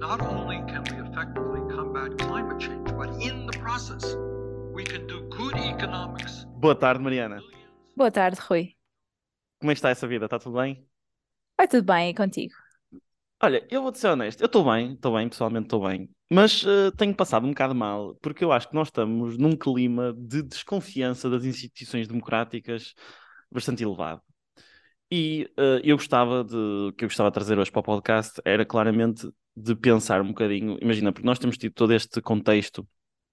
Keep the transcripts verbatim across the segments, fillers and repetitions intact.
not only can we effectively combat climate change, but in the process, we can do good economics. Boa tarde, Mariana. Boa tarde, Rui. Como é que está essa vida? Está tudo bem? Vai tudo bem e contigo? Olha, eu vou-te ser honesto. Eu estou bem, estou bem, pessoalmente estou bem. Mas eh, tenho passado um bocado mal, porque eu acho que nós estamos num clima de desconfiança das instituições democráticas bastante elevado. E eh, eu gostava de, o que eu gostava de trazer hoje para o podcast era claramente de pensar um bocadinho. Imagina, porque nós temos tido todo este contexto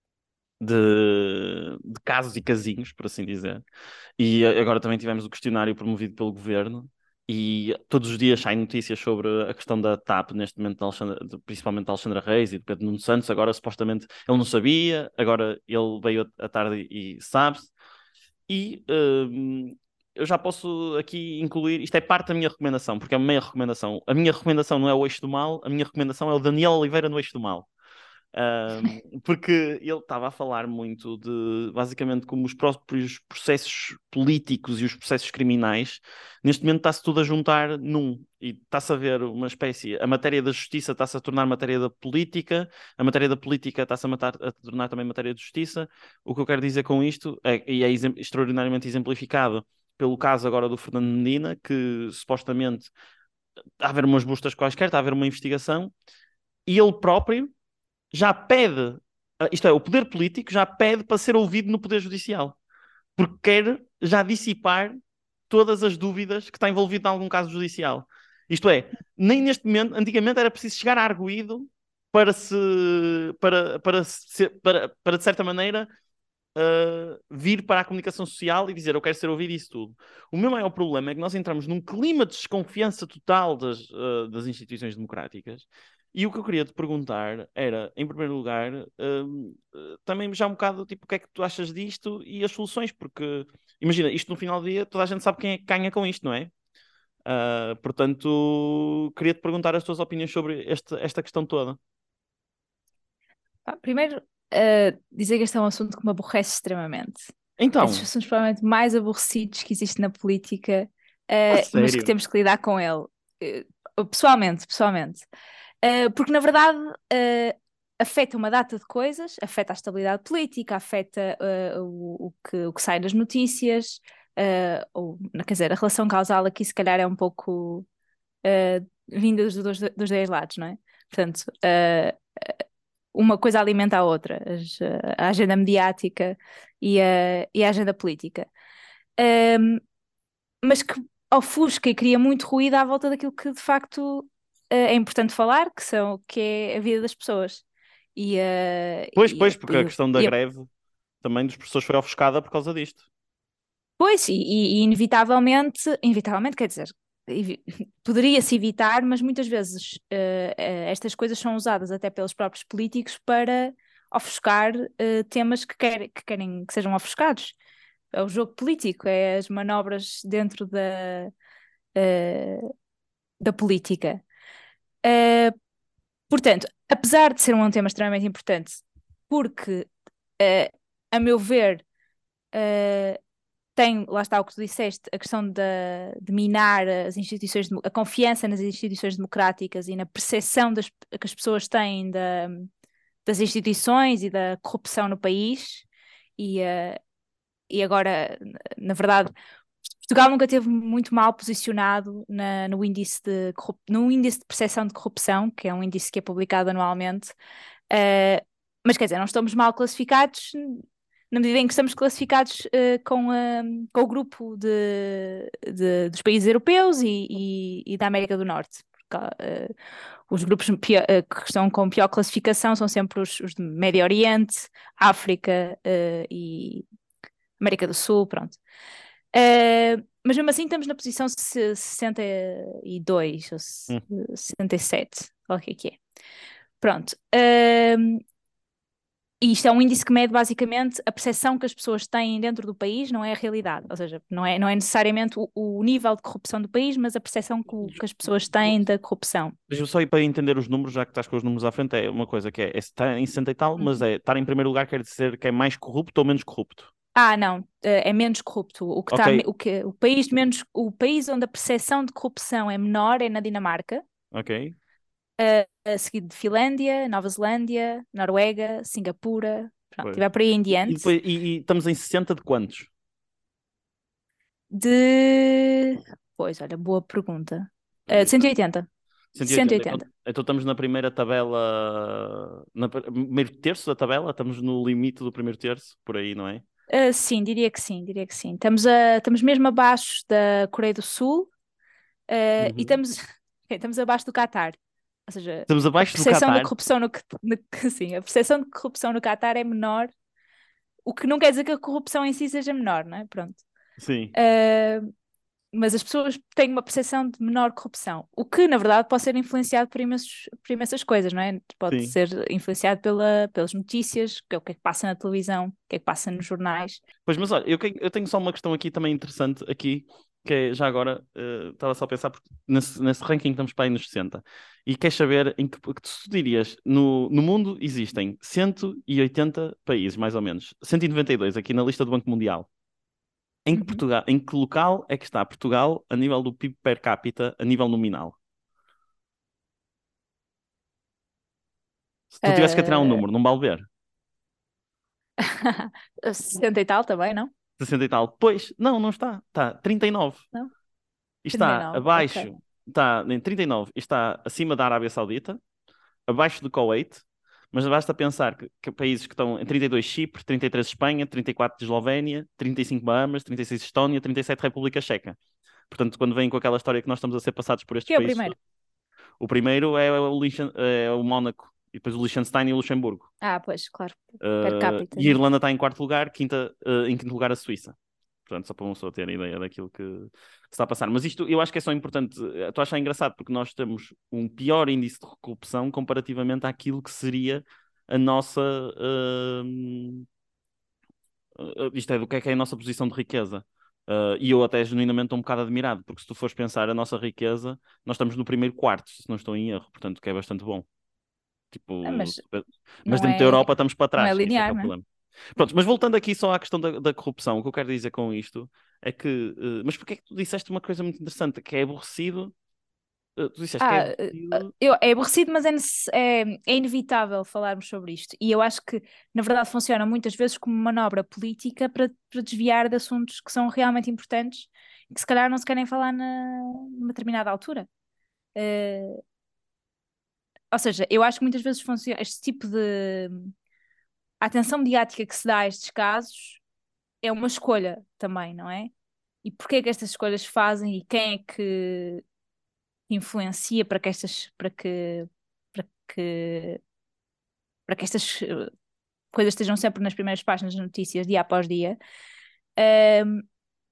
de, de casos e casinhos, por assim dizer. E eh, agora também tivemos o questionário promovido pelo governo. E todos os dias saem notícias sobre a questão da T A P, neste momento, de Alexandra, de- principalmente da Alexandra Reis e do Pedro Nuno Santos. Agora, supostamente, ele não sabia, agora ele veio à tarde e sabe-se. E hum, eu já posso aqui incluir, isto é parte da minha recomendação, porque é a minha recomendação. A minha recomendação não é o Eixo do Mal, a minha recomendação é o Daniel Oliveira no Eixo do Mal. Um, porque ele estava a falar muito de, basicamente, como os próprios processos políticos e os processos criminais, neste momento está-se tudo a juntar num, e está-se a ver uma espécie, a matéria da justiça está-se a tornar matéria da política, a matéria da política está-se a, matar, a tornar também matéria de justiça. O que eu quero dizer com isto, é, e é exem- extraordinariamente exemplificado pelo caso agora do Fernando Medina, que supostamente está a haver umas buscas quaisquer, está a haver uma investigação, e ele próprio já pede, ah, isto é, o poder político já pede para ser ouvido no poder judicial, porque quer já dissipar todas as dúvidas que está envolvido em algum caso judicial. Isto é, nem neste momento, antigamente era preciso chegar a arguido para se, para, para, se, para, para de certa maneira, uh, vir para a comunicação social e dizer eu quero ser ouvido e isso tudo. O meu maior problema é que nós entramos num clima de desconfiança total das, uh, das instituições democráticas. E o que eu queria te perguntar era, em primeiro lugar, um, uh, também já um bocado, tipo, o que é que tu achas disto e as soluções, porque, imagina, isto no final do dia, toda a gente sabe quem é que ganha com isto, não é? Uh, portanto, queria te perguntar as tuas opiniões sobre este, esta questão toda. Pá, primeiro, uh, dizer que este é um assunto que me aborrece extremamente. Então, Estes são os provavelmente mais aborrecidos que existe na política, a uh, mas que sério? temos que lidar com ele. Uh, pessoalmente, pessoalmente. Uh, porque, na verdade, uh, afeta uma data de coisas, afeta a estabilidade política, afeta uh, o, o que, o que sai das notícias, uh, ou, quer dizer, a relação causal aqui se calhar é um pouco uh, vinda dos, dos, dos dois lados, não é? Portanto, uh, uma coisa alimenta a outra, as, uh, a agenda mediática e a, e a agenda política. Um, mas que ofusca e cria muito ruído à volta daquilo que de facto uh, é importante falar, que, são, que é a vida das pessoas. E, uh, Pois, e, pois, porque a e, questão da e, greve também dos professores foi ofuscada por causa disto. pois, e, e inevitavelmente, inevitavelmente, quer dizer, evi- poderia-se evitar, mas muitas vezes uh, uh, estas coisas são usadas até pelos próprios políticos para ofuscar uh, temas que, quer, que querem que sejam ofuscados. É o jogo político, é as manobras dentro da, uh, da política. Uh, portanto, apesar de ser um tema extremamente importante, porque, uh, a meu ver, uh, tem, lá está o que tu disseste, a questão de, de minar as instituições, a confiança nas instituições democráticas e na percepção das, que as pessoas têm da, das instituições e da corrupção no país. E, uh, e agora, na verdade, Portugal nunca esteve muito mal posicionado na, no, índice de corrup... no índice de percepção de corrupção, que é um índice que é publicado anualmente. Uh, mas quer dizer, não estamos mal classificados na medida em que estamos classificados uh, com, uh, com o grupo de, de, dos países europeus e, e, e da América do Norte. Porque, uh, os grupos pior, uh, que estão com pior classificação são sempre os, os de Médio Oriente, África uh, e América do Sul, pronto. Uh, mas mesmo assim estamos na posição sessenta e dois ou Hum. sessenta e sete, olha o que é que é. Pronto. Uh, e isto é um índice que mede basicamente a percepção que as pessoas têm dentro do país, não é a realidade. Ou seja, não é, não é necessariamente o, o nível de corrupção do país, mas a percepção que, o- que as pessoas têm da corrupção. Deixa-me só ir para entender os números, já que estás com os números à frente, é uma coisa que é, é estar em sessenta e tal, mas é estar em primeiro lugar quer dizer que é mais corrupto ou menos corrupto. Ah, não, eh, é menos corrupto. O que Ok, tá, o que, o país menos, o país onde a percepção de corrupção é menor é na Dinamarca. ok. A seguir de Finlândia, Nova Zelândia, Noruega, Singapura. Pronto, Pois. tiver por aí em E, diante. depois, e, e estamos em sessenta de quantos? De. Pois, olha, boa pergunta. Uh, de cento e oitenta. cento e oitenta. cento e Então, oitenta. então estamos na primeira tabela, no primeiro terço da tabela, estamos no limite do primeiro terço, por aí, não é? Uh, sim, diria que sim, diria que sim. Estamos, a, estamos mesmo abaixo da Coreia do Sul uh, e Uhum. estamos, estamos abaixo do Catar. Ou seja, Estamos a abaixo do percepção da Qatar. corrupção no, no, sim, a percepção de corrupção no Catar é menor, o que não quer dizer que a corrupção em si seja menor, não é? Pronto. Sim. Uh, mas as pessoas têm uma percepção de menor corrupção, o que na verdade pode ser influenciado por, imensos, por imensas coisas, não é? Pode Sim. ser influenciado pela, pelas notícias, que é o que é que passa na televisão, o que é que passa nos jornais. Pois, mas olha, eu, que- eu tenho só uma questão aqui também interessante aqui, que é, já agora, eh, estava só a pensar, porque nesse, nesse ranking estamos para aí nos sessenta, e queres saber em que, que tu dirias, no, no mundo existem cento e oitenta países, mais ou menos, cento e noventa e dois aqui na lista do Banco Mundial. Em que, Uhum. Portugal, em que local é que está Portugal a nível do P I B per capita, a nível nominal? Se tu tivesse que atirar um Uh, número, não vale ver. sessenta e tal também, não? sessenta e tal. Pois, não, não está. Está trinta e nove. Não? E está trinta e nove, ok. abaixo, está em trinta e nove, e está acima da Arábia Saudita, abaixo do Kuwait, mas basta pensar que, que países que estão em trinta e dois Chipre, trinta e três Espanha, trinta e quatro de Eslovénia, trinta e cinco Bahamas, trinta e seis Estónia, trinta e sete República Checa. Portanto, quando vêm com aquela história que nós estamos a ser passados por estes Que é o países, primeiro? o primeiro é o, Liechten- é o Mónaco, e depois o Liechtenstein e o Luxemburgo. Ah, pois, claro, per Uh, capita, e a né? Irlanda está em quarto lugar, quinta, uh, em quinto lugar a Suíça. Portanto, só para uma pessoa ter ideia daquilo que se está a passar. Mas isto eu acho que é só importante. Estou a achar engraçado porque nós temos um pior índice de corrupção comparativamente àquilo que seria a nossa. Uh, uh, isto é, do que é que é a nossa posição de riqueza. Uh, e eu até genuinamente estou um bocado admirado, porque se tu fores pensar a nossa riqueza, nós estamos no primeiro quarto, se não estou em erro, portanto, que é bastante bom. Tipo, Ah, mas mas não dentro da é, Europa estamos para não é trás, esse é que é linear, o não é? problema. Pronto, mas voltando aqui só à questão da, da corrupção, o que eu quero dizer com isto é que. Uh, mas porquê é que tu disseste uma coisa muito interessante, que é aborrecido? Uh, tu disseste que é Ah, eh, aborrecido. eu, é aborrecido, mas é, necess- é, é inevitável falarmos sobre isto. E eu acho que, na verdade, funciona muitas vezes como manobra política para, para desviar de assuntos que são realmente importantes e que se calhar não se querem falar na, numa determinada altura. Eh, ou seja, eu acho que muitas vezes funciona este tipo de a atenção mediática que se dá a estes casos é uma escolha também, não é? E porquê é que estas escolhas se fazem e quem é que influencia para que estas para que para que para que estas eh, coisas estejam sempre nas primeiras páginas das notícias dia após dia. Ahm,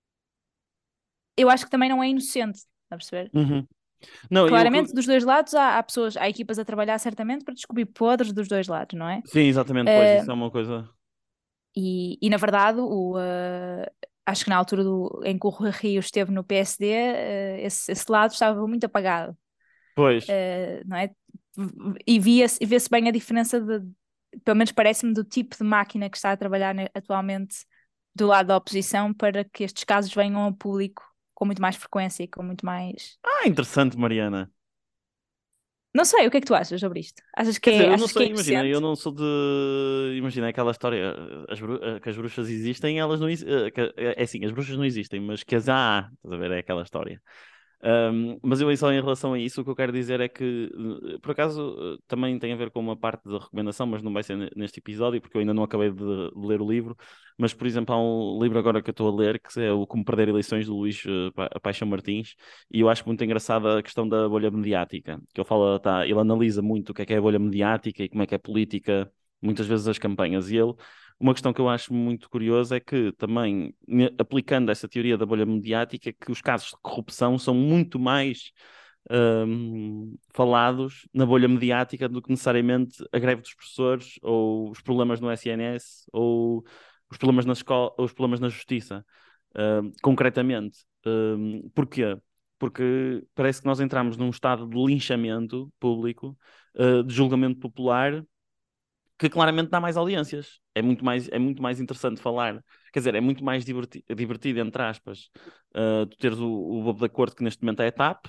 eu acho que também não é inocente, está a perceber? Uhum. Não, eu. Claramente, dos dois lados há, há pessoas, há equipas a trabalhar certamente para descobrir podres dos dois lados, não é? Sim, exatamente, pois, isso é uma coisa. E, e na verdade, o, uh, acho que na altura do, em que o Rui Rio esteve no P S D, uh, esse, esse lado estava muito apagado, Pois. uh, não é? E via-se, e vê-se bem a diferença de, pelo menos parece-me, do tipo de máquina que está a trabalhar ne- atualmente do lado da oposição para que estes casos venham ao público com muito mais frequência e com muito mais. Ah, interessante, Mariana. Não sei, o que é que tu achas sobre isto? Achas que Quer dizer, é, eu não achas que é sei, imagina, eu inocente? não sou de. Imagina aquela história, as bru- que as bruxas existem, elas não existem. É assim, as bruxas não existem, mas que as há, estás a ver? É aquela história. Um, mas eu aí só em relação a isso, o que eu quero dizer é que, eh, por acaso, eh, também tem a ver com uma parte da recomendação, mas não vai ser ne- neste episódio, porque eu ainda não acabei de, de ler o livro. Mas, por exemplo, há um livro agora que eu estou a ler, que é o Como Perder Eleições, do Luís eh, Pa- Paixão Martins, e eu acho muito engraçada a questão da bolha mediática, que ele fala, tá, ele analisa muito o que é que é a bolha mediática e como é que é política, muitas vezes as campanhas, e ele. Uma questão que eu acho muito curiosa é que também, ne- aplicando essa teoria da bolha mediática, que os casos de corrupção são muito mais hum, falados na bolha mediática do que necessariamente a greve dos professores ou os problemas no S N S ou os problemas na escola ou os problemas na justiça. Hum, concretamente. Hum, porquê? Porque parece que nós entramos num estado de linchamento público, uh, de julgamento popular, que claramente dá mais audiências. É muito mais, é muito mais interessante falar. Quer dizer, é muito mais diverti divertido, entre aspas, uh, tu teres o, o bobo da corte, que neste momento é a TAP,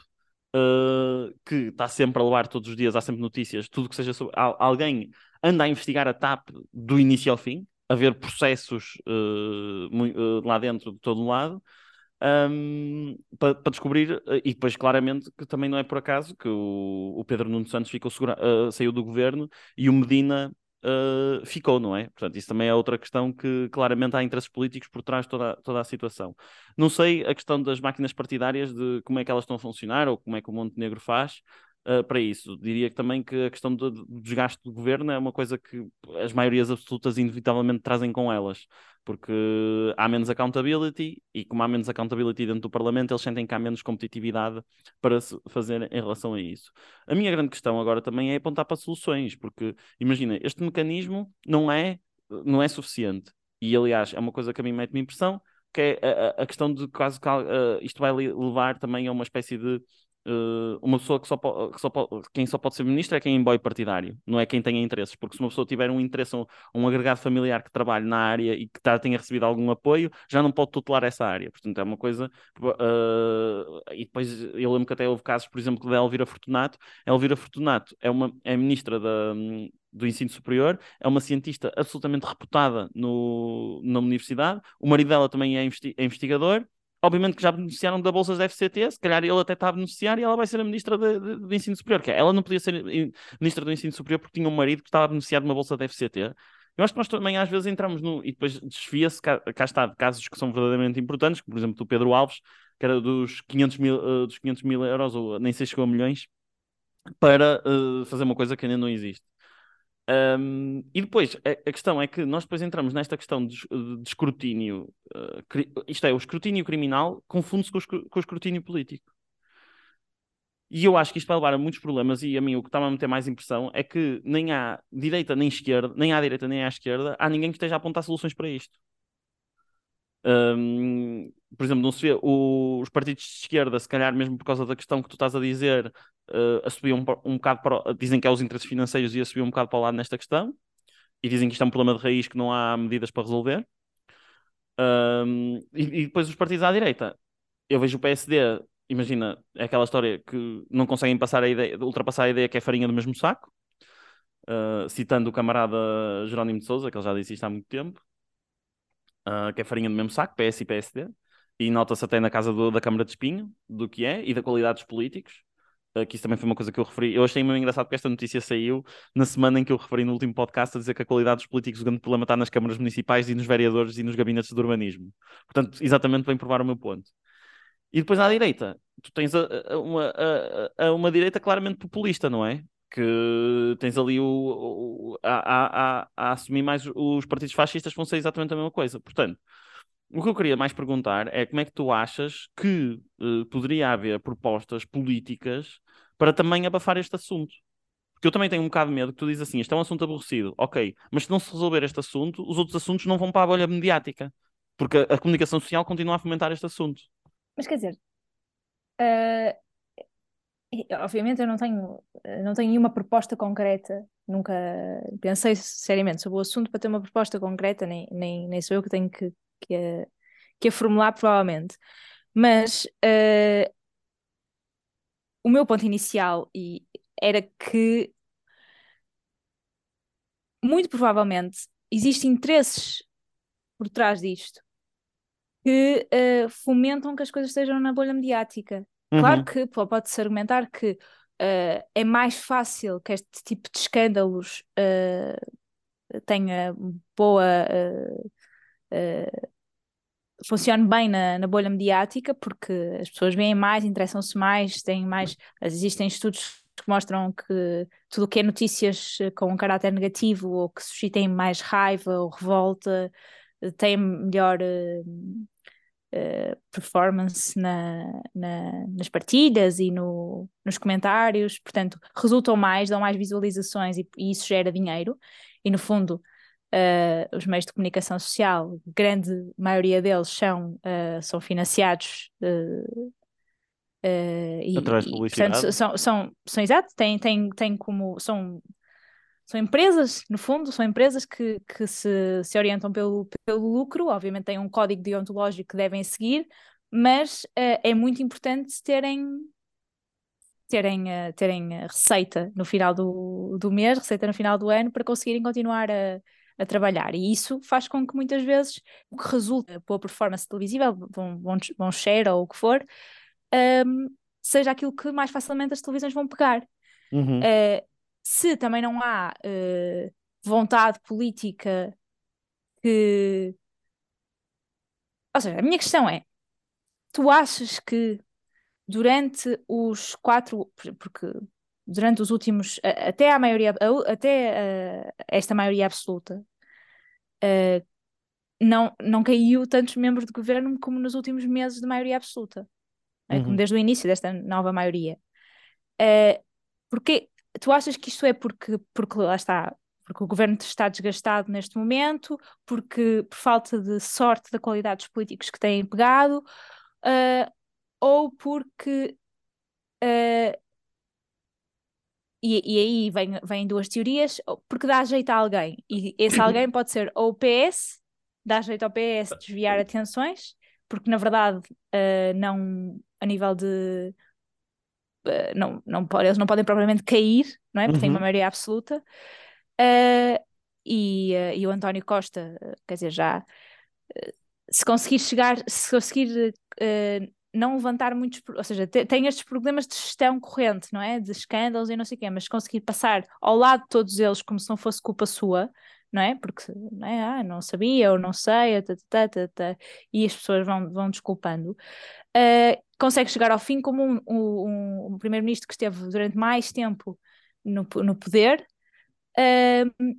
uh, que está sempre a levar todos os dias, há sempre notícias, tudo que seja sobre... Al- alguém anda a investigar a TAP do início ao fim, a ver processos uh, mui- uh, lá dentro de todo lado, um, para descobrir, uh, e depois claramente que também não é por acaso que o, o Pedro Nuno Santos ficou segura, uh, saiu do governo e o Medina uh, ficou, não é? Portanto, isso também é outra questão que claramente há interesses políticos por trás de toda, a- toda a situação. Não sei a questão das máquinas partidárias, de como é que elas estão a funcionar ou como é que o Montenegro faz. Uh, para isso, diria que também que a questão do, do desgaste do governo é uma coisa que as maiorias absolutas inevitavelmente trazem com elas, porque há menos accountability e como há menos accountability dentro do Parlamento, eles sentem que há menos competitividade para se fazer em relação a isso. A minha grande questão agora também é apontar para soluções, porque imagina, este mecanismo não é, não é suficiente. E aliás, é uma coisa que a mim mete-me impressão, que é a, a- a questão de quase que uh, isto vai li- levar também a uma espécie de uh, uma pessoa que só, po- que só po- quem só pode ser ministro é quem é em boio partidário, não é quem tenha interesses, porque se uma pessoa tiver um interesse, um, um agregado familiar que trabalhe na área e que tá, tenha recebido algum apoio, já não pode tutelar essa área. Portanto, é uma coisa. Uh, e depois eu lembro que até houve casos, por exemplo, da Elvira Fortunato. A Elvira Fortunato é, uma, é ministra da, do Ensino Superior, é uma cientista absolutamente reputada no, na universidade. O marido dela também é, investi é investigador. Obviamente que já beneficiaram da bolsa da F C T, se calhar ele até está a beneficiar e ela vai ser a ministra de, de, do Ensino Superior, que é, ela não podia ser ministra do Ensino Superior porque tinha um marido que estava a beneficiar de uma bolsa da F C T. Eu acho que nós também às vezes entramos no... E depois desvia-se, cá, cá está, de casos que são verdadeiramente importantes, como por exemplo do Pedro Alves, que era dos quinhentos mil, uh, dos quinhentos mil euros, ou nem sei se chegou a milhões, para uh, fazer uma coisa que ainda não existe. Um, e depois, a, a questão é que nós depois entramos nesta questão de, de escrutínio, uh, cri, isto é, o escrutínio criminal confunde-se com, com o escrutínio político. E eu acho que isto vai levar a muitos problemas, e a mim o que está a meter mais impressão é que nem há direita nem esquerda, nem à direita nem à esquerda, há ninguém que esteja a apontar soluções para isto. Um, por exemplo, não se vê o, os partidos de esquerda, se calhar mesmo por causa da questão que tu estás a dizer, uh, a subir um, um bocado para o, dizem que é os interesses financeiros e a subir um bocado para o lado nesta questão, e dizem que isto é um problema de raiz que não há medidas para resolver. Um, e, e depois os partidos à direita. Eu vejo o P S D, imagina, é aquela história que não conseguem passar a ideia, ultrapassar a ideia que é farinha do mesmo saco, uh, citando o camarada Jerónimo de Sousa, que ele já disse isto há muito tempo, uh, que é farinha do mesmo saco, P S e P S D, e nota-se até na casa do, da Câmara de Espinho, do que é, e da qualidade dos políticos. Uh, que isso também foi uma coisa que eu referi. Eu achei meio engraçado porque esta notícia saiu na semana em que eu referi no último podcast a dizer que a qualidade dos políticos, o grande problema está nas câmaras municipais e nos vereadores e nos gabinetes de urbanismo. Portanto, exatamente vem provar o meu ponto. E depois à direita, tu tens a, a, uma, a, a uma direita claramente populista, não é? Que tens ali o, o a, a, a, a assumir mais os partidos fascistas vão ser exatamente a mesma coisa. Portanto, o que eu queria mais perguntar é como é que tu achas que uh, poderia haver propostas políticas para também abafar este assunto? Porque eu também tenho um bocado de medo que tu dizes assim, este é um assunto aborrecido, ok, mas se não se resolver este assunto, os outros assuntos não vão para a bolha mediática, porque a, a comunicação social continua a fomentar este assunto. Mas quer dizer, uh, obviamente eu não tenho, não tenho nenhuma proposta concreta, nunca pensei seriamente sobre o assunto para ter uma proposta concreta, nem, nem, nem sou eu que tenho que, que, a, que a formular, provavelmente. Mas uh, o meu ponto inicial e era que, muito provavelmente, existem interesses por trás disto que uh, fomentam que as coisas estejam na bolha mediática. Claro Uhum. que pode-se argumentar que uh, é mais fácil que este tipo de escândalos uh, tenha boa. Uh, uh, funcione bem na, na bolha mediática, porque as pessoas veem mais, interessam-se mais, têm mais. Existem estudos que mostram que tudo o que é notícias com um caráter negativo ou que suscitem mais raiva ou revolta tem melhor. Uh, Uh, performance na, na, nas partilhas e no, nos comentários, portanto, resultam mais, dão mais visualizações e, e isso gera dinheiro. E no fundo, uh, os meios de comunicação social, grande maioria deles são, uh, são financiados. Uh, uh, Através de e, e, portanto, publicidade. são, são, são exato, têm, têm, têm como. São, são empresas, no fundo, são empresas que, que se, se orientam pelo, pelo lucro, obviamente têm um código deontológico que devem seguir, mas uh, é muito importante terem, terem, uh, terem uh, receita no final do, do mês, receita no final do ano, para conseguirem continuar a, a trabalhar. E isso faz com que muitas vezes o que resulta boa performance televisiva, bom, bom, bom share ou o que for, um, seja aquilo que mais facilmente as televisões vão pegar. Uhum. Uh, se também não há uh, vontade política que... Ou seja, a minha questão é, tu achas que durante os quatro... Porque durante os últimos... Até a maioria... Até uh, esta maioria absoluta, uh, não, não caiu tantos membros de governo como nos últimos meses de maioria absoluta. Né? Como Uhum. desde o início desta nova maioria. Uh, porque tu achas que isto é porque, porque lá está, porque o governo está desgastado neste momento, porque por falta de sorte da qualidade dos políticos que têm pegado, uh, ou porque uh, e, e aí vem, vêm duas teorias, porque dá jeito a alguém, e esse alguém pode ser ou o P S, dá jeito ao P S desviar atenções, porque na verdade uh, não a nível de Uh, não, não pode, eles não podem propriamente cair, não é? Porque têm uma Uhum. maioria absoluta. Uh, e, uh, e o António Costa, uh, quer dizer, já uh, se conseguir chegar, se conseguir uh, não levantar muitos, ou seja, te, tem estes problemas de gestão corrente, não é? De escândalos e não sei o quê, mas se conseguir passar ao lado de todos eles como se não fosse culpa sua, não é? Porque não é? Ah, não sabia ou não sei, tá, tá, tá, tá, e as pessoas vão, vão desculpando. Uh, consegue chegar ao fim como um, um, um primeiro-ministro que esteve durante mais tempo no, no poder, uh,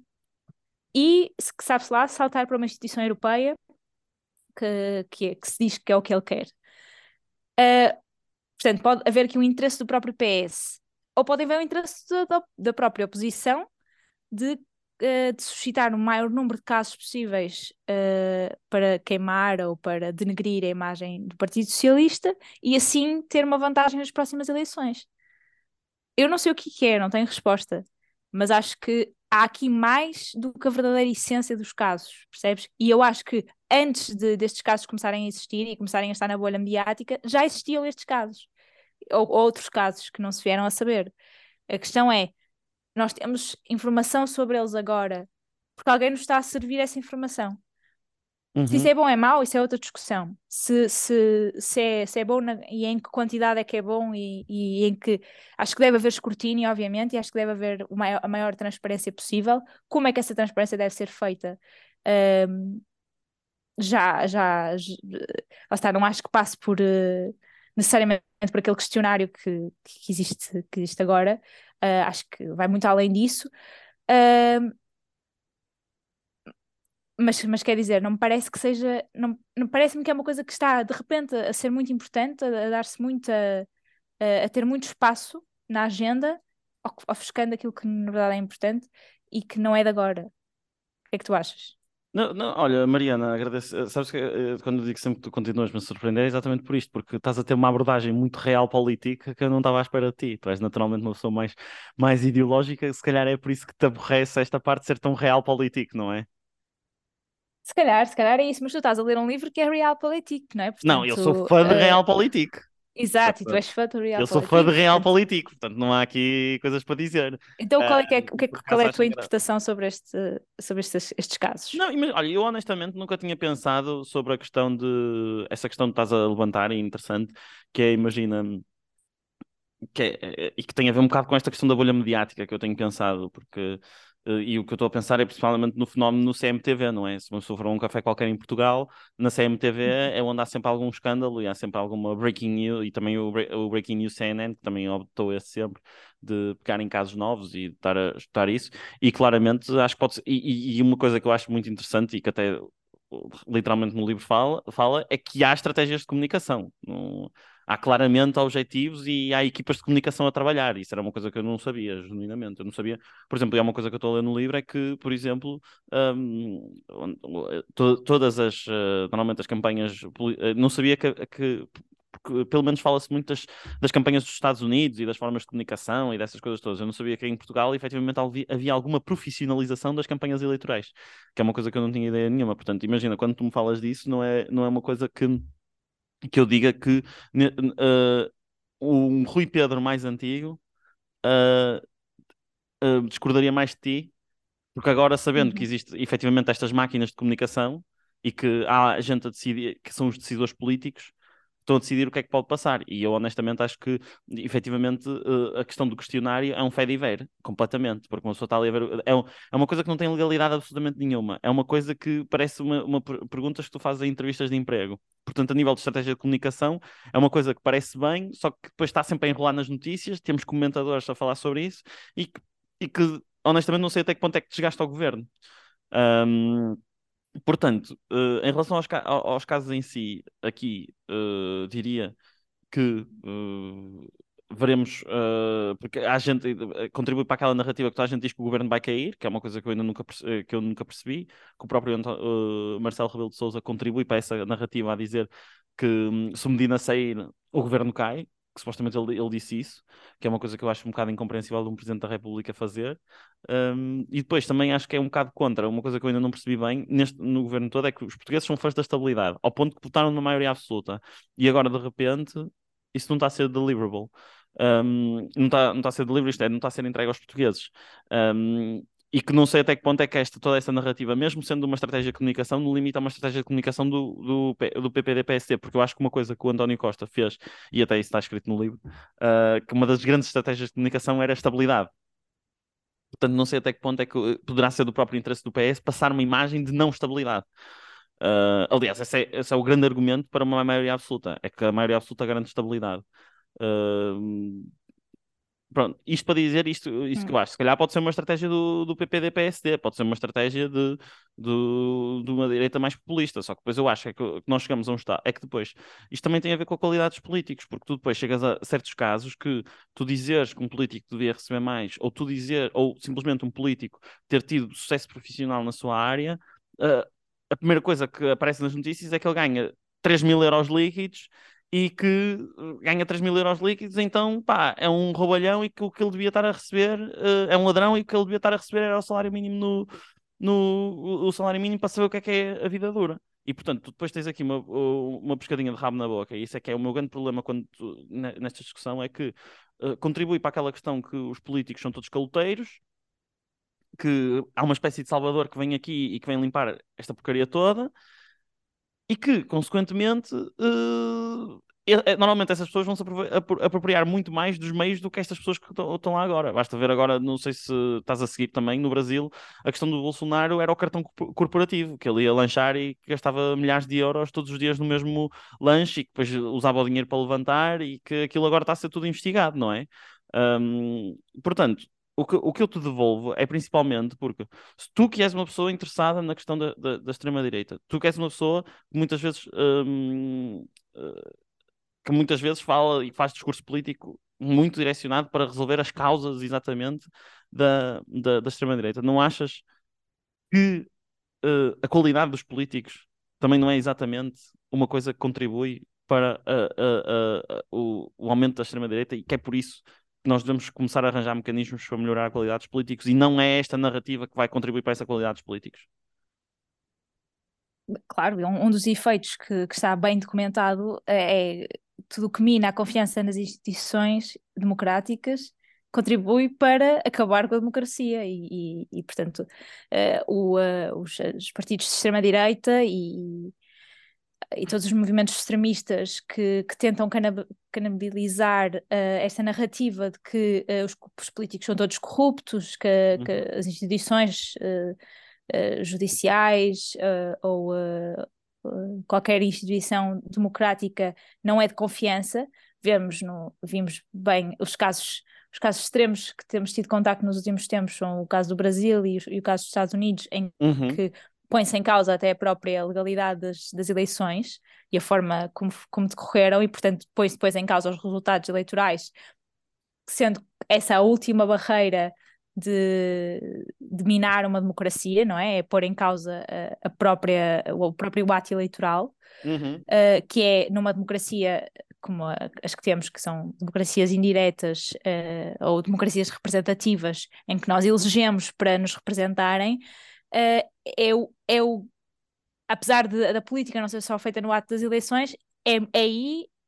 e que sabe-se lá saltar para uma instituição europeia que, que, é, que se diz que é o que ele quer. Uh, portanto, pode haver aqui um interesse do próprio P S, ou pode haver um interesse da, da própria oposição de, uh, de suscitar o maior número de casos possíveis uh, para queimar ou para denegrir a imagem do Partido Socialista e assim ter uma vantagem nas próximas eleições. Eu não sei o que que é, não tenho resposta, mas acho que há aqui mais do que a verdadeira essência dos casos, percebes? E eu acho que antes de, destes casos começarem a existir e começarem a estar na bolha mediática, já existiam estes casos, ou ou outros casos que não se vieram a saber. A questão é, nós temos informação sobre eles agora, porque alguém nos está a servir essa informação. Se isso Uhum. é bom ou é mau, isso é outra discussão. Se, se, se, é, se é bom na- e em que quantidade é que é bom e, e em que... Acho que deve haver escrutínio, obviamente, e acho que deve haver o maior, a maior transparência possível. Como é que essa transparência deve ser feita? Ahm, já, já, j- lá está, não acho que passe por... eh, necessariamente por aquele questionário que, que existe, que existe agora. Ah, acho que vai muito além disso. Ahm, Mas, mas quer dizer, não me parece que seja, não, não parece-me que é uma coisa que está de repente a ser muito importante, a, a dar-se muito, a, a, a ter muito espaço na agenda, of- ofuscando aquilo que na verdade é importante e que não é de agora. O que é que tu achas? Não, não, olha, Mariana, agradeço. eh, Sabes que eh, quando eu digo sempre que tu continuas-me a surpreender, é exatamente por isto, porque estás a ter uma abordagem muito real política que eu não estava à espera de ti. Tu és naturalmente uma pessoa mais, mais ideológica, se calhar é por isso que te aborrece esta parte de ser tão real político, não é? Se calhar, se calhar é isso, mas tu estás a ler um livro que é Realpolitik, não é? Não, eu sou Portanto, fã de eh, real político. exato, e tu és fã do Eu sou fã de Realpolitik, real portanto. político, portanto não há aqui coisas para dizer. Então, Ah, qual é que é, o que é, por que- qual acaso é a acho tua engraçado. interpretação sobre este, sobre estes, estes casos? Não, mas, olha, eu honestamente nunca tinha pensado sobre a questão de... Essa questão que estás a levantar é interessante, que é, imagina... que é, é- e que tem a ver um bocado com esta questão da bolha mediática que eu tenho pensado, porque eh, e o que eu estou a pensar é principalmente no fenómeno no C M T V, não é? Se uma pessoa for a um café qualquer em Portugal, na C M T V é onde há sempre algum escândalo e há sempre alguma breaking news, e também o, bre- o Breaking News C N N, que também optou esse sempre, de pegar em casos novos e de estar a estudar isso, e claramente acho que pode ser, e, e e uma coisa que eu acho muito interessante e que até literalmente no livro fala, fala é que há estratégias de comunicação. Não- há claramente objetivos e há equipas de comunicação a trabalhar. Isso era uma coisa que eu não sabia, genuinamente. Eu não sabia. Por exemplo, e há uma coisa que eu estou a ler no livro é que, por exemplo, hum, to- todas as, eh, normalmente as campanhas, poli- eh, não sabia que, que- porque pelo menos fala-se muito das, das campanhas dos Estados Unidos e das formas de comunicação e dessas coisas todas. Eu não sabia que em Portugal, efetivamente, havia havia alguma profissionalização das campanhas eleitorais, que é uma coisa que eu não tinha ideia nenhuma. Portanto, imagina, quando tu me falas disso, não é, não é uma coisa que, que eu diga que ne- eh, um Rui Pedro mais antigo uh, uh, discordaria mais de ti, porque agora, sabendo que Uhum. existe efetivamente estas máquinas de comunicação e que há gente a decidir, que são os decisores políticos, estão a decidir o que é que pode passar. E eu honestamente acho que, efetivamente, uh, a questão do questionário é um fé de ver, completamente, porque uma pessoa está ali a ver. É, um, é uma coisa que não tem legalidade absolutamente nenhuma. É uma coisa que parece uma, uma per- perguntas que tu fazes em entrevistas de emprego. Portanto, a nível de estratégia de comunicação, é uma coisa que parece bem, só que depois está sempre a enrolar nas notícias. Temos comentadores a falar sobre isso e que, e que honestamente, não sei até que ponto é que desgasta ao governo. Um, Portanto, eh, em relação aos, ca- ao- aos casos em si, aqui eh, diria que eh, veremos, eh, porque a gente eh, contribui para aquela narrativa que toda a gente diz que o governo vai cair, que é uma coisa que eu ainda nunca, perce- eh, que eu nunca percebi, que o próprio Anto- eh, Marcelo Rebelo de Sousa contribui para essa narrativa a dizer que hum, se o Medina sair, o governo cai, que supostamente ele, ele disse isso, que é uma coisa que eu acho um bocado incompreensível de um Presidente da República fazer. Um, e depois também acho que é um bocado contra, uma coisa que eu ainda não percebi bem neste, no governo todo, é que os portugueses são fãs da estabilidade, ao ponto que votaram na maioria absoluta. E agora, de repente, isso não está a ser deliverable. Um, não está, não está a ser deliverable, isto é, não está a ser entregue aos portugueses. Um, e que não sei até que ponto é que esta, toda essa narrativa, mesmo sendo uma estratégia de comunicação, no limite a uma estratégia de comunicação do, do, P- do P P D P S D, porque eu acho que uma coisa que o António Costa fez, e até isso está escrito no livro, uh, que uma das grandes estratégias de comunicação era a estabilidade. Portanto, não sei até que ponto é que uh, poderá ser do próprio interesse do P S passar uma imagem de não estabilidade. Uh, aliás, esse é, esse é o grande argumento para uma maioria absoluta, é que a maioria absoluta garante estabilidade. Uh, Pronto, isto para dizer isto, isto que Hum. eu acho, se calhar pode ser uma estratégia do, do P P D P S D, pode ser uma estratégia de, de, de uma direita mais populista, só que depois eu acho é que, que nós chegamos a um estado, é que depois, isto também tem a ver com a qualidade dos políticos, porque tu depois chegas a certos casos que tu dizeres que um político devia receber mais, ou tu dizer, ou simplesmente um político ter tido sucesso profissional na sua área, uh, a primeira coisa que aparece nas notícias é que ele ganha três mil euros líquidos e que uh, ganha três mil euros líquidos, então, pá, é um roubalhão e que o que ele devia estar a receber uh, é um ladrão e o que ele devia estar a receber era o salário mínimo no, no o o salário mínimo para saber o que é que é a vida dura. E, portanto, tu depois tens aqui uma, uma pescadinha de rabo na boca, e isso é que é o meu grande problema quando tu, ne- nesta discussão, é que uh, contribui para aquela questão que os políticos são todos caloteiros, que há uma espécie de salvador que vem aqui e que vem limpar esta porcaria toda, e que, consequentemente, eh, é- é- normalmente essas pessoas vão se aprove- apro- apropriar muito mais dos meios do que estas pessoas que estão estão lá agora. Basta ver agora, não sei se estás a seguir também, no Brasil, a questão do Bolsonaro era o cartão corpo- corporativo, que ele ia lanchar e que gastava milhares de euros todos os dias no mesmo lanche e que depois usava o dinheiro para levantar e que aquilo agora está a ser tudo investigado, não é? Hum, portanto, o que, o que eu te devolvo é principalmente porque se tu que és uma pessoa interessada na questão da, da, da extrema-direita, tu que és uma pessoa que muitas vezes hum, eh, que muitas vezes fala e faz discurso político muito direcionado para resolver as causas exatamente da, da, da extrema-direita. Não achas que eh, a qualidade dos políticos também não é exatamente uma coisa que contribui para a- a- a- a- o, o aumento da extrema-direita e que é por isso que nós devemos começar a arranjar mecanismos para melhorar a qualidade dos políticos e não é esta narrativa que vai contribuir para essa qualidade dos políticos? Claro, um, um dos efeitos que, que está bem documentado é, é tudo o que mina a confiança nas instituições democráticas contribui para acabar com a democracia e, e- e, portanto, eh, o, eh, os, os partidos de extrema-direita e, e todos os movimentos extremistas que, que tentam canab- canabilizar eh, esta narrativa de que eh, os, os políticos são todos corruptos, que, que Uhum. as instituições eh, eh, judiciais eh, ou eh, eh, qualquer instituição democrática não é de confiança. Vemos no, vimos bem os casos, os casos extremos que temos tido contacto nos últimos tempos são o caso do Brasil e, os- e o caso dos Estados Unidos, em Uhum. que põe-se em causa até a própria legalidade das, das eleições e a forma como, como decorreram, e portanto põe-se depois em causa os resultados eleitorais, sendo essa a última barreira de, de minar uma democracia, não é? É pôr em causa a, a própria, o próprio ato eleitoral, Uhum. uh, que é numa democracia como a, as que temos, que são democracias indiretas uh, ou democracias representativas, em que nós elegemos para nos representarem, uh, é, o, é o, apesar de, da política não ser só feita no ato das eleições, é, é aí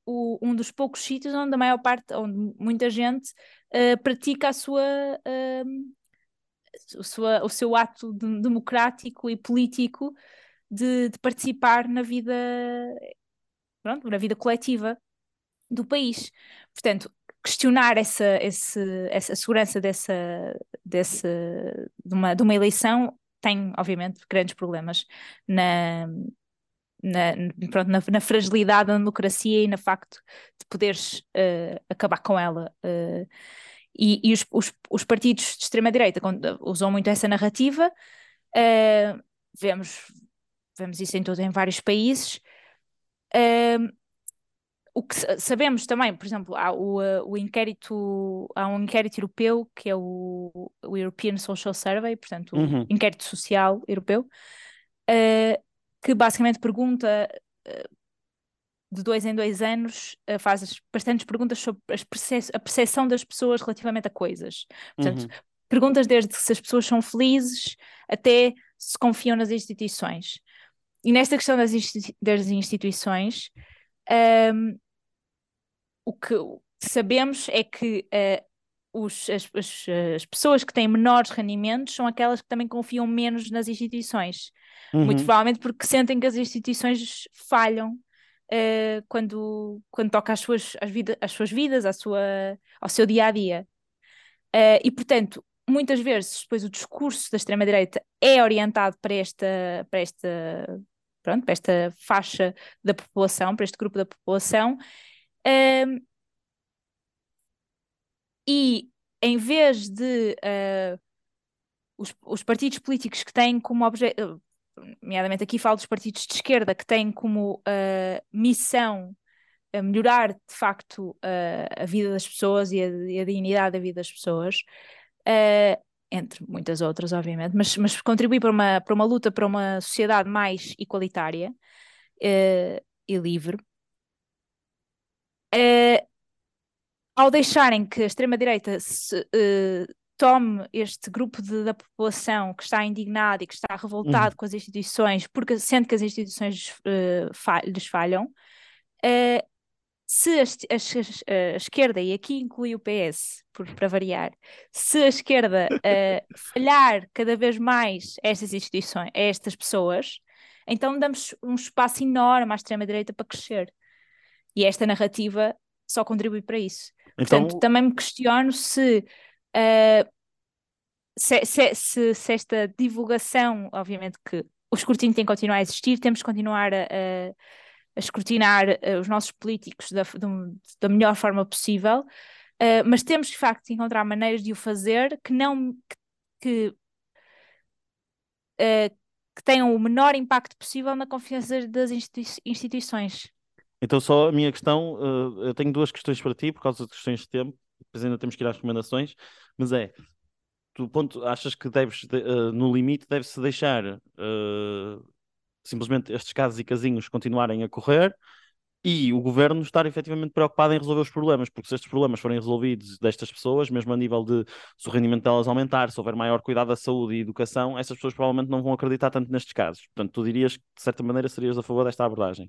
o, um dos poucos sítios onde a maior parte, onde muita gente uh, pratica a sua, uh, o, sua, o seu ato de, democrático e político de, de participar na vida, pronto, na vida coletiva do país. Portanto, questionar essa, esse, essa segurança dessa, dessa, de, uma, de uma eleição tem, obviamente, grandes problemas na, na, pronto, na, na fragilidade da democracia e no facto de poderes uh, acabar com ela. Uh, e e os, os, os partidos de extrema-direita usam muito essa narrativa. Uh, vemos, vemos isso em, todo, em vários países. Uh, O que sabemos também, por exemplo, há o, o inquérito, há um inquérito europeu que é o, o European Social Survey, portanto, Uhum. o inquérito social europeu, uh, que basicamente pergunta uh, de dois em dois anos, uh, faz bastantes perguntas sobre as perce- a percepção das pessoas relativamente a coisas. Portanto, Uhum. perguntas desde se as pessoas são felizes até se confiam nas instituições. E nesta questão das, institui- das instituições, um, o que sabemos é que uh, os, as, as, as pessoas que têm menores rendimentos são aquelas que também confiam menos nas instituições. Uhum. Muito provavelmente porque sentem que as instituições falham uh, quando, quando toca às suas, às, vida, às suas vidas, à sua, ao seu dia-a-dia. Uh, e, portanto, muitas vezes depois o discurso da extrema-direita é orientado para esta, para esta, pronto, para esta faixa da população, para este grupo da população. Um, e em vez de uh, os, os partidos políticos que têm como objetivo, nomeadamente aqui falo dos partidos de esquerda, que têm como uh, missão uh, melhorar de facto uh, a vida das pessoas e a, e a dignidade da vida das pessoas, uh, entre muitas outras, obviamente, mas, mas contribuir para uma, para uma luta para uma sociedade mais igualitária uh, e livre. Uh, Ao deixarem que a extrema-direita se, uh, tome este grupo de, da população que está indignado e que está revoltado Uhum. com as instituições, porque sente que as instituições uh, fa lhes falham, uh, se a, a, a, esquerda, e aqui inclui o P S, por, para variar, se a esquerda uh, falhar cada vez mais a estas instituições, a estas pessoas, então damos um espaço enorme à extrema-direita para crescer. E esta narrativa só contribui para isso. Portanto, Então, também me questiono se, uh, se, se, se, se esta divulgação, obviamente que o escrutínio tem que continuar a existir, temos que continuar a, a, a escrutinar uh, os nossos políticos da, do, da melhor forma possível, uh, mas temos de facto encontrar maneiras de o fazer que não que, que, uh, que tenham o menor impacto possível na confiança das institui instituições. então só a minha questão, uh, eu tenho duas questões para ti, por causa de questões de tempo, depois ainda temos que ir às recomendações, mas é, tu ponto, achas que deves, uh, no limite, deve-se deixar uh, simplesmente estes casos e casinhos continuarem a correr e o governo estar efetivamente preocupado em resolver os problemas, porque se estes problemas forem resolvidos destas pessoas, mesmo a nível de se o rendimento delas aumentar, se houver maior cuidado da saúde e educação, essas pessoas provavelmente não vão acreditar tanto nestes casos. Portanto, tu dirias que, de certa maneira, serias a favor desta abordagem.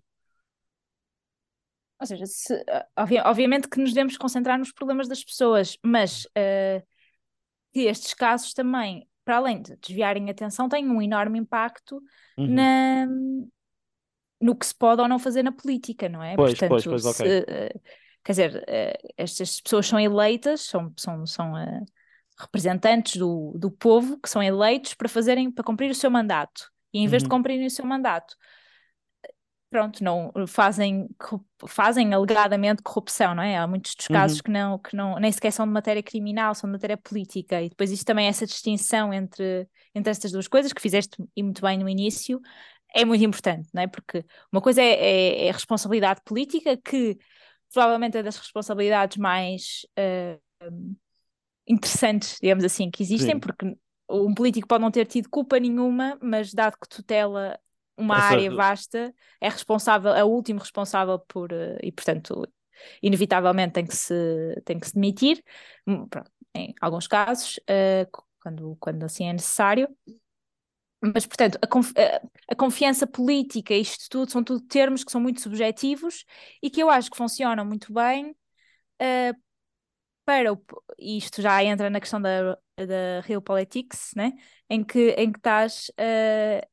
Ou seja, se, obvi obviamente que nos devemos concentrar nos problemas das pessoas, mas uh, que estes casos também, para além de desviarem a atenção, têm um enorme impacto Uhum. na, no que se pode ou não fazer na política, não é? Pois, pois, Portanto, pois, se, ok. uh, quer dizer, uh, estas pessoas são eleitas, são, são, são uh, representantes do, do povo que são eleitos para fazerem, para cumprir o seu mandato. E em vez de Uhum. cumprirem o seu mandato, pronto, não fazem, fazem alegadamente corrupção, não é? Há muitos dos casos Uhum. que não, que não, nem sequer são de matéria criminal, são de matéria política, e depois isto também, essa distinção entre, entre estas duas coisas, que fizeste e muito bem no início, é muito importante, não é? Porque uma coisa é, é, é a responsabilidade política, que provavelmente é das responsabilidades mais uh, um, interessantes, digamos assim, que existem, Sim. porque um político pode não ter tido culpa nenhuma, mas dado que tutela uma Essa... área vasta, é responsável, é o último responsável por, uh, e portanto, inevitavelmente tem que se, tem que se demitir, pronto, em alguns casos, uh, quando, quando assim é necessário. Mas, portanto, a, conf a, a confiança política, isto tudo, são tudo termos que são muito subjetivos e que eu acho que funcionam muito bem uh, para o, isto já entra na questão da, da realpolitics, né? Em que, em que estás uh,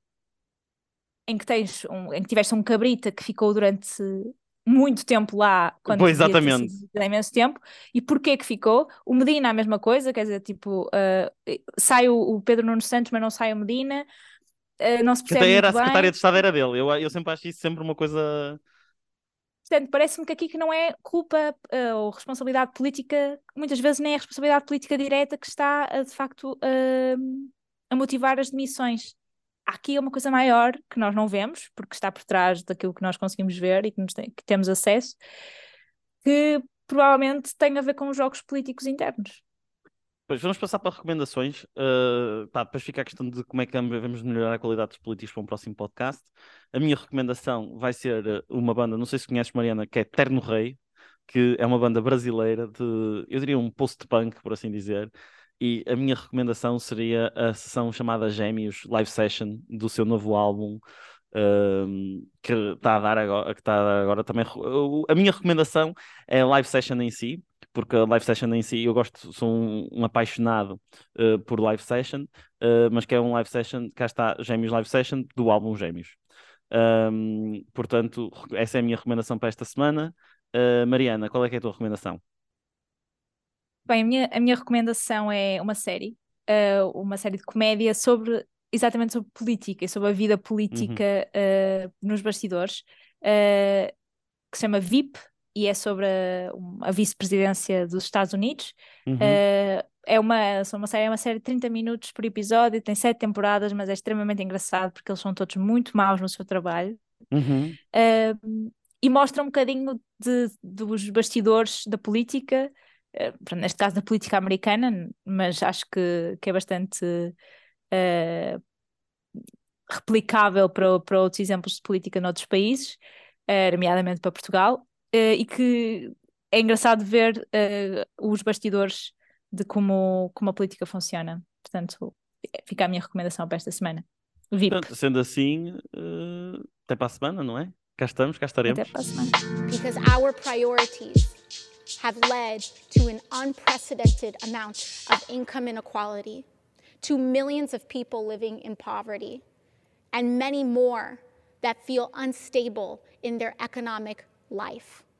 em que tens um, em que tiveste um cabrita que ficou durante muito tempo lá, quando Pois, devia ter sido exatamente. há imenso tempo, e porquê que ficou? O Medina a mesma coisa, quer dizer, tipo, uh, sai o, o Pedro Nuno Santos, mas não sai o Medina, uh, não se Que percebe até era muito a secretária bem. de Estado, era dele. Eu, eu sempre acho isso sempre uma coisa. Portanto, parece-me que aqui que não é culpa uh, ou responsabilidade política, muitas vezes nem é responsabilidade política direta que está, uh, de facto, uh, a motivar as demissões. Há aqui uma coisa maior que nós não vemos, porque está por trás daquilo que nós conseguimos ver e que, nos tem, que temos acesso, que provavelmente tem a ver com os jogos políticos internos. Pois, vamos passar para recomendações. Uh, pá, depois fica a questão de como é que vamos melhorar a qualidade dos políticos para um próximo podcast. A minha recomendação vai ser uh, uma banda, não sei se conheces, Mariana, que é Terno Rei, que é uma banda brasileira de, eu diria, um post-punk, por assim dizer. E a minha recomendação seria a sessão chamada Gêmeos Live Session do seu novo álbum, um, que está a dar agora, que está a dar agora também. A minha recomendação é a live session em si, porque a live session em si eu gosto, sou um, um apaixonado uh, por live session, uh, mas que é um live session, cá está, Gêmeos Live Session, do álbum Gêmeos. Um, portanto, essa é a minha recomendação para esta semana. Uh, Mariana, qual é que é a tua recomendação? Bem, a minha, a minha recomendação é uma série, uh, uma série de comédia sobre, exatamente sobre política e sobre a vida política Uhum. uh, nos bastidores, uh, que se chama V I P e é sobre a, a vice-presidência dos Estados Unidos. Uhum. Uh, é uma, são uma série, é uma série de trinta minutos por episódio, tem sete temporadas, mas é extremamente engraçado porque eles são todos muito maus no seu trabalho. Uhum. Uh, e mostra um bocadinho de, dos bastidores da política, uh, neste caso da política americana, mas acho que, que é bastante uh, replicável para, para outros exemplos de política noutros países, uh, nomeadamente para Portugal, uh, e que é engraçado ver uh, os bastidores de como, como a política funciona. Portanto, fica a minha recomendação para esta semana. V I P. Portanto, sendo assim, uh, até para a semana, não é? Cá estamos, cá estaremos. Até para a semana. Because our priorities have led to an unprecedented amount of income inequality, to millions of people living in poverty, and many more that feel unstable in their economic life.